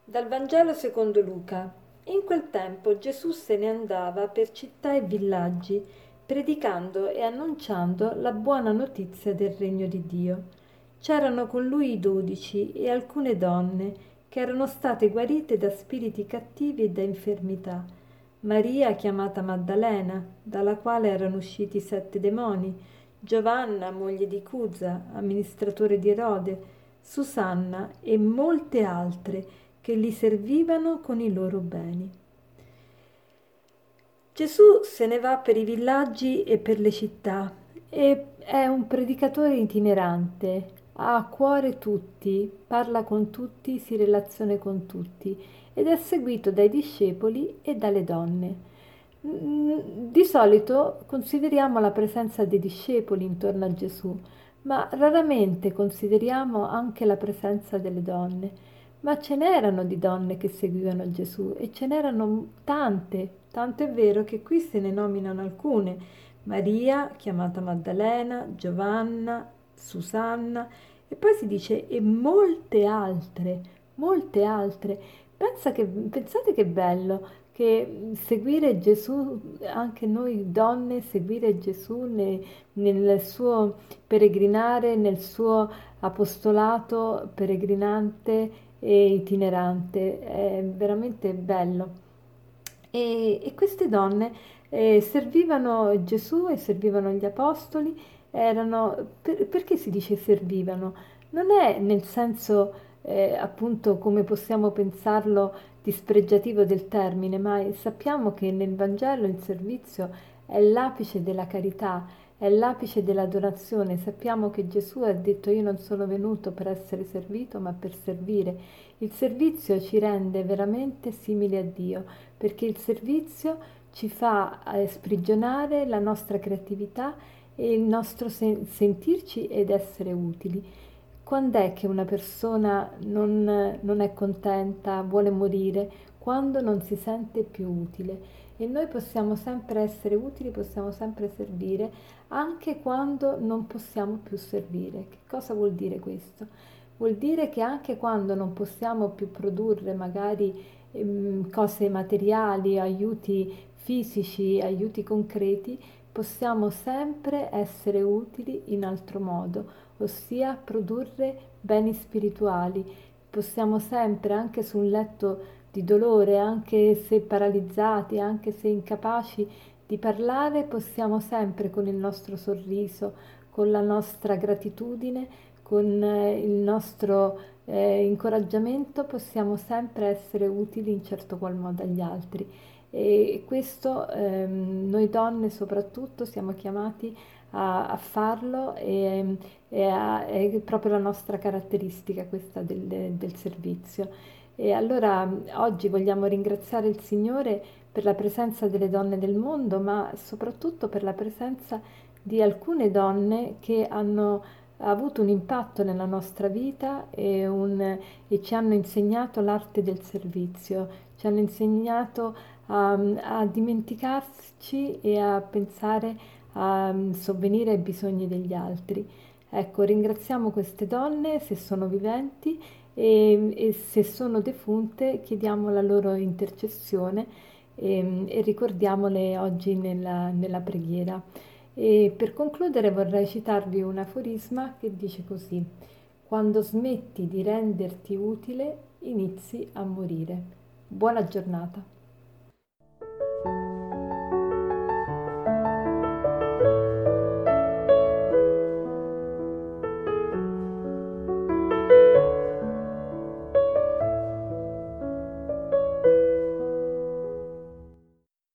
Dal Vangelo secondo Luca. In quel tempo Gesù se ne andava per città e villaggi, predicando e annunciando la buona notizia del regno di Dio. C'erano con lui i 12 e alcune donne che erano state guarite da spiriti cattivi e da infermità. Maria, chiamata Maddalena, dalla quale erano usciti 7 demoni, Giovanna, moglie di Cuza, amministratore di Erode, Susanna e molte altre che li servivano con i loro beni. Gesù se ne va per i villaggi e per le città e è un predicatore itinerante, ha a cuore tutti, parla con tutti, si relaziona con tutti ed è seguito dai discepoli e dalle donne. Di solito consideriamo la presenza dei discepoli intorno a Gesù, ma raramente consideriamo anche la presenza delle donne. Ma ce n'erano di donne che seguivano Gesù e ce n'erano tante, tanto è vero che qui se ne nominano alcune. Maria, chiamata Maddalena, Giovanna, Susanna e poi si dice e molte altre, molte altre. Pensate che bello che seguire Gesù, anche noi donne, seguire Gesù nel suo peregrinare, nel suo apostolato peregrinante e itinerante, è veramente bello. E queste donne servivano Gesù e servivano gli apostoli, perché si dice servivano? Non è nel senso appunto come possiamo pensarlo dispregiativo del termine, ma sappiamo che nel Vangelo il servizio è l'apice della carità, è l'apice dell'adorazione. Sappiamo che Gesù ha detto io non sono venuto per essere servito, ma per servire. Il servizio ci rende veramente simili a Dio, perché il servizio ci fa sprigionare la nostra creatività e il nostro sentirci ed essere utili. Quando è che una persona non è contenta, vuole morire? Quando non si sente più utile. E noi possiamo sempre essere utili, possiamo sempre servire, anche quando non possiamo più servire. Che cosa vuol dire questo? Vuol dire che anche quando non possiamo più produrre magari cose materiali, aiuti fisici, aiuti concreti, possiamo sempre essere utili in altro modo, ossia produrre beni spirituali. Possiamo sempre, anche su un letto di dolore, anche se paralizzati, anche se incapaci di parlare, possiamo sempre con il nostro sorriso, con la nostra gratitudine, con il nostro incoraggiamento, possiamo sempre essere utili in certo qual modo agli altri. E questo noi donne soprattutto siamo chiamati a farlo è proprio la nostra caratteristica questa del servizio. E allora oggi vogliamo ringraziare il Signore per la presenza delle donne del mondo, ma soprattutto per la presenza di alcune donne che hanno avuto un impatto nella nostra vita e ci hanno insegnato l'arte del servizio, ci hanno insegnato a dimenticarci e a pensare a sovvenire ai bisogni degli altri. Ecco, ringraziamo queste donne se sono viventi e se sono defunte chiediamo la loro intercessione e ricordiamole oggi nella preghiera. E per concludere vorrei citarvi un aforisma che dice così: quando smetti di renderti utile, inizi a morire. Buona giornata.